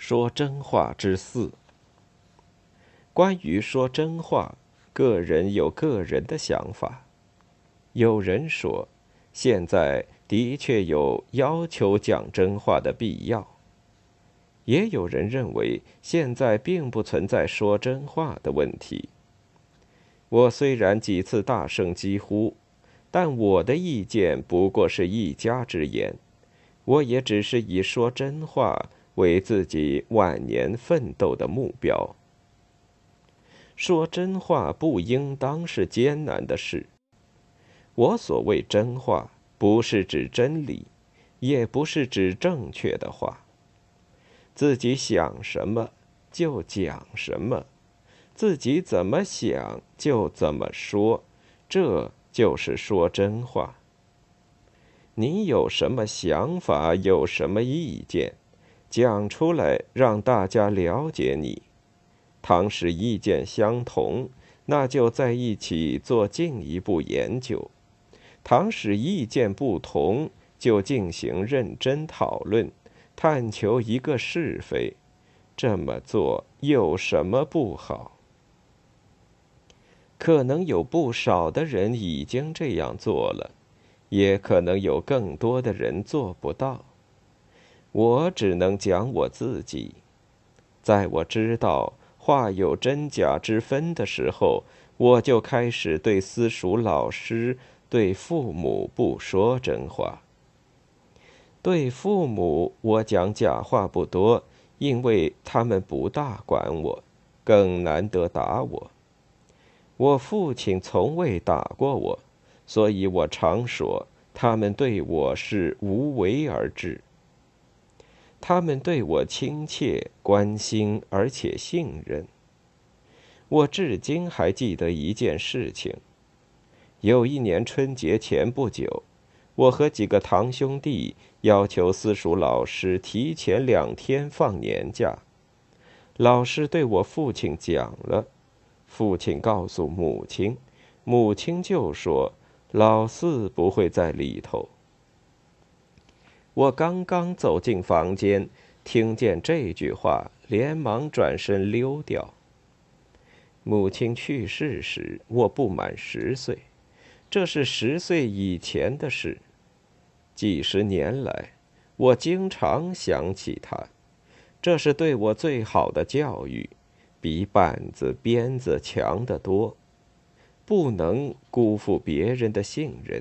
说真话之4。关于说真话，个人有个人的想法。有人说，现在的确有要求讲真话的必要。也有人认为，现在并不存在说真话的问题。我虽然几次大声疾呼，但我的意见不过是一家之言，我也只是以说真话为自己晚年奋斗的目标。说真话不应当是艰难的事。我所谓真话，不是指真理，也不是指正确的话。自己想什么就讲什么，自己怎么想就怎么说，这就是说真话。你有什么想法，有什么意见，讲出来让大家了解你。倘使意见相同，那就在一起做进一步研究；倘使意见不同，就进行认真讨论，探求一个是非。这么做有什么不好？可能有不少的人已经这样做了，也可能有更多的人做不到。我只能讲我自己。在我知道话有真假之分的时候，我就开始对私塾老师、对父母不说真话。对父母，我讲假话不多，因为他们不大管我，更难得打我。我父亲从未打过我，所以我常说，他们对我是无为而治。他们对我亲切、关心，而且信任。我至今还记得一件事情。有一年春节前不久，我和几个堂兄弟要求私塾老师提前2天放年假。老师对我父亲讲了，父亲告诉母亲，母亲就说老四不会在里头。我刚刚走进房间，听见这句话，连忙转身溜掉。母亲去世时，我不满10岁，这是10岁以前的事。几十年来，我经常想起她，这是对我最好的教育，比板子、鞭子强得多。不能辜负别人的信任。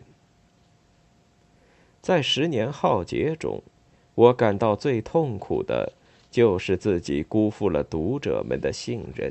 在10年浩劫中，我感到最痛苦的就是自己辜负了读者们的信任。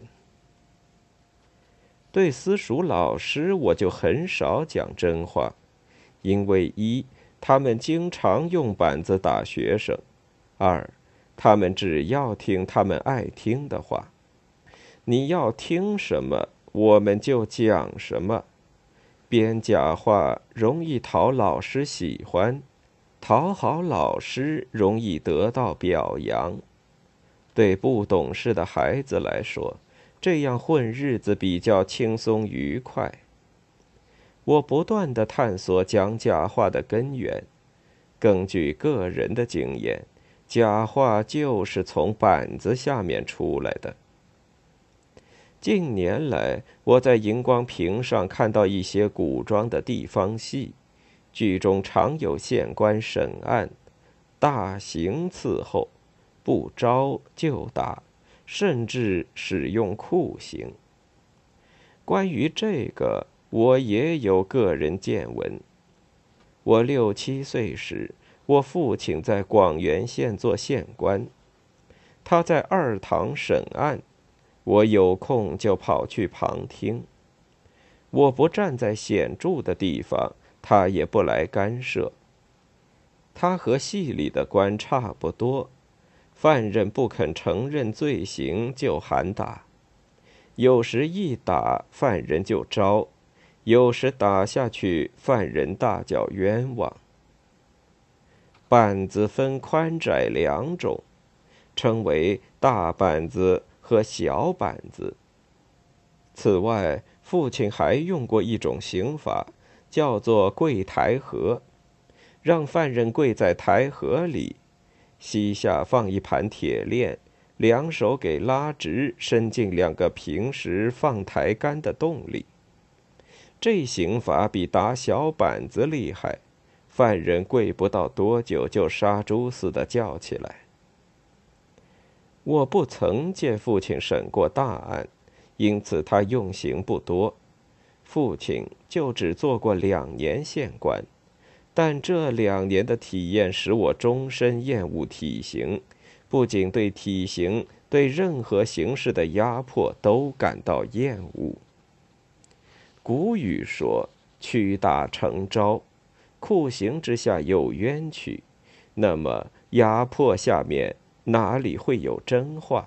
对私塾老师，我就很少讲真话，因为1，他们经常用板子打学生；2，他们只要听他们爱听的话。你要听什么，我们就讲什么。编假话容易讨老师喜欢，讨好老师容易得到表扬。对不懂事的孩子来说，这样混日子比较轻松愉快。我不断地探索讲假话的根源。根据个人的经验，假话就是从板子下面出来的。近年来，我在荧光屏上看到一些古装的地方戏，剧中常有县官审案，大刑伺候，不招就打，甚至使用酷刑。关于这个，我也有个人见闻。我6、7岁时，我父亲在广元县做县官，他在2堂审案。我有空就跑去旁听。我不站在显著的地方，他也不来干涉。他和戏里的官差不多，犯人不肯承认罪行就喊打，有时一打犯人就招，有时打下去犯人大叫冤枉。板子分宽窄2种，称为大板子和小板子。此外，父亲还用过一种刑法，叫做跪台河，让犯人跪在台河里，膝下放一盘铁链， 两手给拉直，伸进两个平时放抬杆的洞里。这刑罚比打小板子厉害，犯人跪不到多久就杀猪似的叫起来。我不曾见父亲审过大案，因此他用刑不多。父亲就只做过2年县官，但这2年的体验使我终身厌恶体刑，不仅对体刑，对任何形式的压迫都感到厌恶。古语说屈打成招，酷刑之下有冤屈，那么压迫下面哪里会有真话？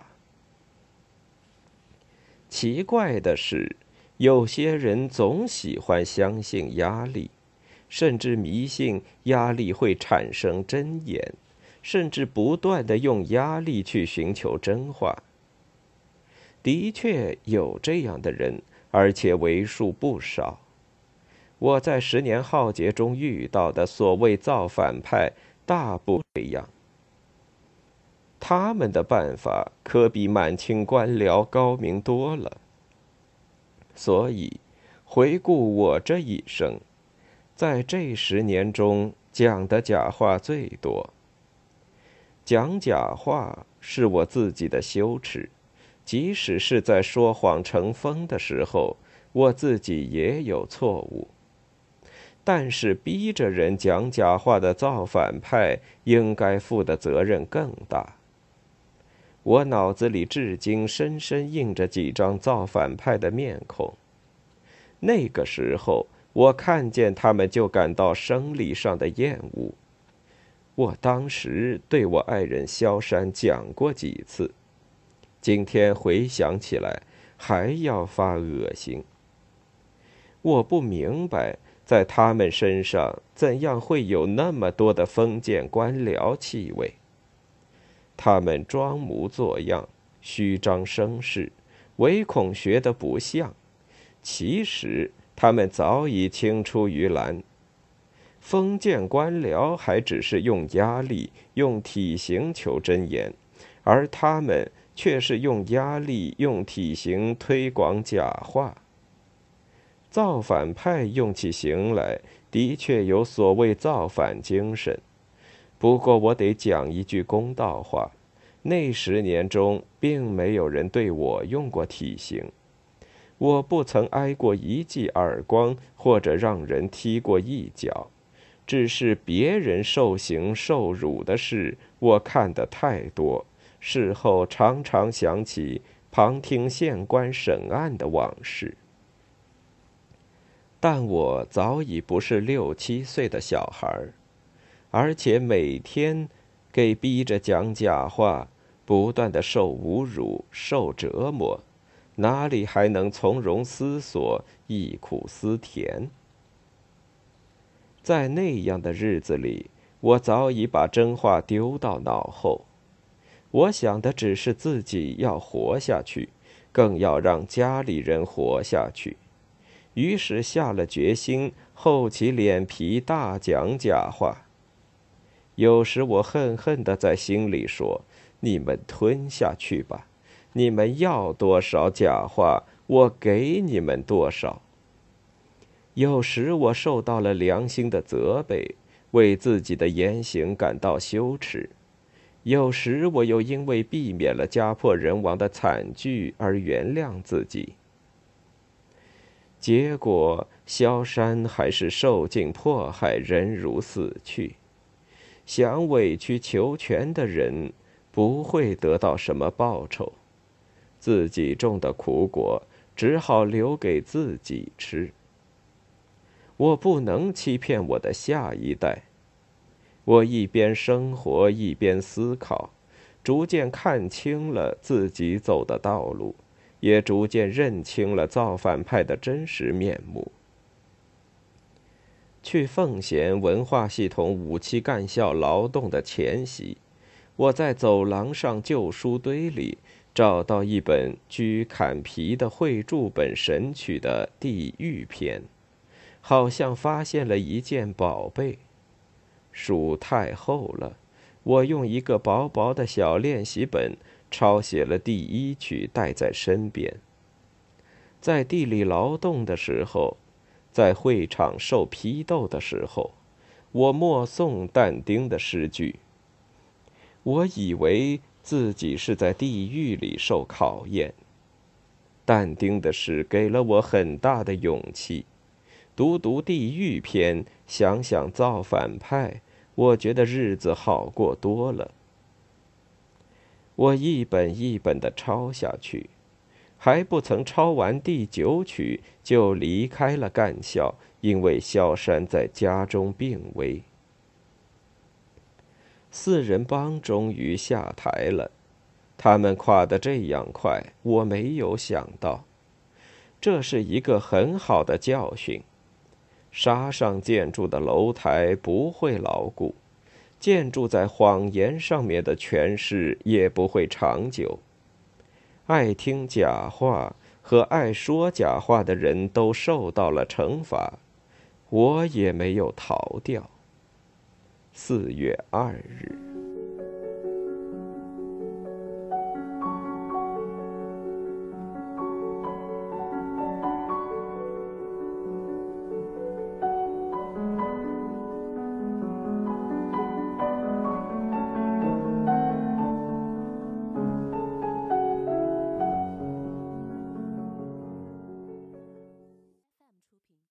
奇怪的是，有些人总喜欢相信压力，甚至迷信压力会产生真言，甚至不断地用压力去寻求真话。的确有这样的人，而且为数不少。我在10年浩劫中遇到的所谓造反派，大不这样。他们的办法可比满清官僚高明多了。所以，回顾我这一生，在这10年中讲的假话最多。讲假话是我自己的羞耻，即使是在说谎成风的时候，我自己也有错误。但是逼着人讲假话的造反派应该负的责任更大。我脑子里至今深深印着几张造反派的面孔。那个时候，我看见他们就感到生理上的厌恶。我当时对我爱人萧山讲过几次，今天回想起来还要发恶心。我不明白，在他们身上怎样会有那么多的封建官僚气味。他们装模作样，虚张声势，唯恐学得不像。其实他们早已青出于蓝。封建官僚还只是用压力、用体刑求真言，而他们却是用压力、用体刑推广假话。造反派用起刑来，的确有所谓造反精神。不过我得讲一句公道话，那10年中并没有人对我用过体刑，我不曾挨过一记耳光，或者让人踢过一脚，只是别人受刑受辱的事，我看得太多，事后常常想起旁听县官审案的往事。但我早已不是6、7岁的小孩，而且每天给逼着讲假话，不断的受侮辱、受折磨，哪里还能从容思索、忆苦思甜？在那样的日子里，我早已把真话丢到脑后。我想的只是自己要活下去，更要让家里人活下去。于是下了决心，厚起脸皮大讲假话。有时我恨恨地在心里说：“你们吞下去吧，你们要多少假话，我给你们多少。”有时我受到了良心的责备，为自己的言行感到羞耻；有时我又因为避免了家破人亡的惨剧而原谅自己。结果，萧山还是受尽迫害，人如死去。想委曲求全的人，不会得到什么报酬，自己种的苦果，只好留给自己吃。我不能欺骗我的下一代。我一边生活，一边思考，逐渐看清了自己走的道路，也逐渐认清了造反派的真实面目。去奉贤文化系统5期干校劳动的前夕，我在走廊上旧书堆里找到一本居坎皮的绘注本神曲的地狱篇，好像发现了一件宝贝。书太厚了，我用一个薄薄的小练习本抄写了第1曲，带在身边。在地里劳动的时候，在会场受批斗的时候，我默诵但丁的诗句。我以为自己是在地狱里受考验。但丁的诗给了我很大的勇气。读地狱篇，想想造反派，我觉得日子好过多了。我一本一本地抄下去，还不曾抄完第9曲，就离开了干校，因为萧山在家中病危。4人帮终于下台了，他们垮得这样快，我没有想到。这是一个很好的教训。沙上建筑的楼台不会牢固，建筑在谎言上面的权势也不会长久。爱听假话和爱说假话的人都受到了惩罚，我也没有逃掉。4月2日。